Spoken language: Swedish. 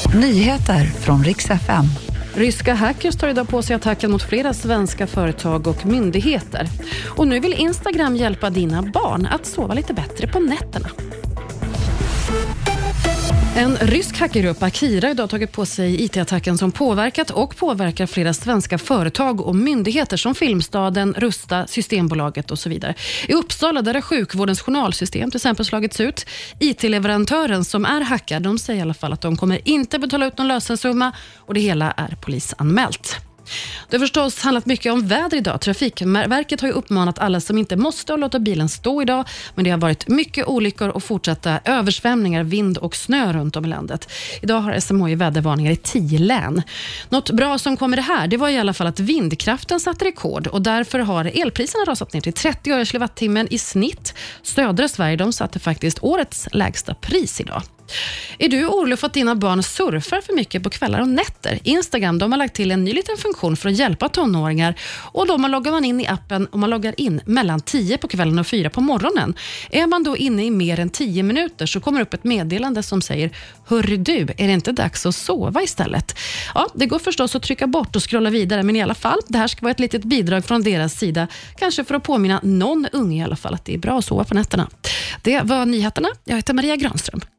Nyheter från Rix FM. Ryska hackers tar idag på sig attacken mot flera svenska företag och myndigheter. Och nu vill Instagram hjälpa dina barn att sova lite bättre på nätterna. En rysk hackergrupp, Akira, idag tagit på sig IT-attacken som påverkat och påverkar flera svenska företag och myndigheter som Filmstaden, Rusta, Systembolaget och så vidare. I Uppsala där är sjukvårdens journalsystem till exempel slagits ut. IT-leverantören som är hackad, de säger i alla fall att de kommer inte betala ut någon lösensumma och det hela är polisanmält. Det har förstås handlat mycket om väder idag. Trafikverket har ju uppmanat alla som inte måste låta bilen stå idag, men det har varit mycket olyckor och fortsatta översvämningar, vind och snö runt om i landet. Idag har SMHI vädervarningar i 10 län. Något bra som kommer det här, det var i alla fall att vindkraften satte rekord och därför har elpriserna rasat ner till 30 öre kilowattimmen i snitt. Södra Sverige, de satte faktiskt årets lägsta pris idag. Är du orolig för att dina barn surfar för mycket på kvällar och nätter? Instagram, de har lagt till en ny liten funktion för att hjälpa tonåringar och då loggar man in i appen och man loggar in mellan 10 på kvällen och 4 på morgonen. Är man då inne i mer än 10 minuter så kommer upp ett meddelande som säger: hörru du, är det inte dags att sova istället? Ja, det går förstås att trycka bort och scrolla vidare, men i alla fall, det här ska vara ett litet bidrag från deras sida, kanske för att påminna någon unge i alla fall att det är bra att sova på nätterna. Det var nyheterna. Jag heter Maria Granström.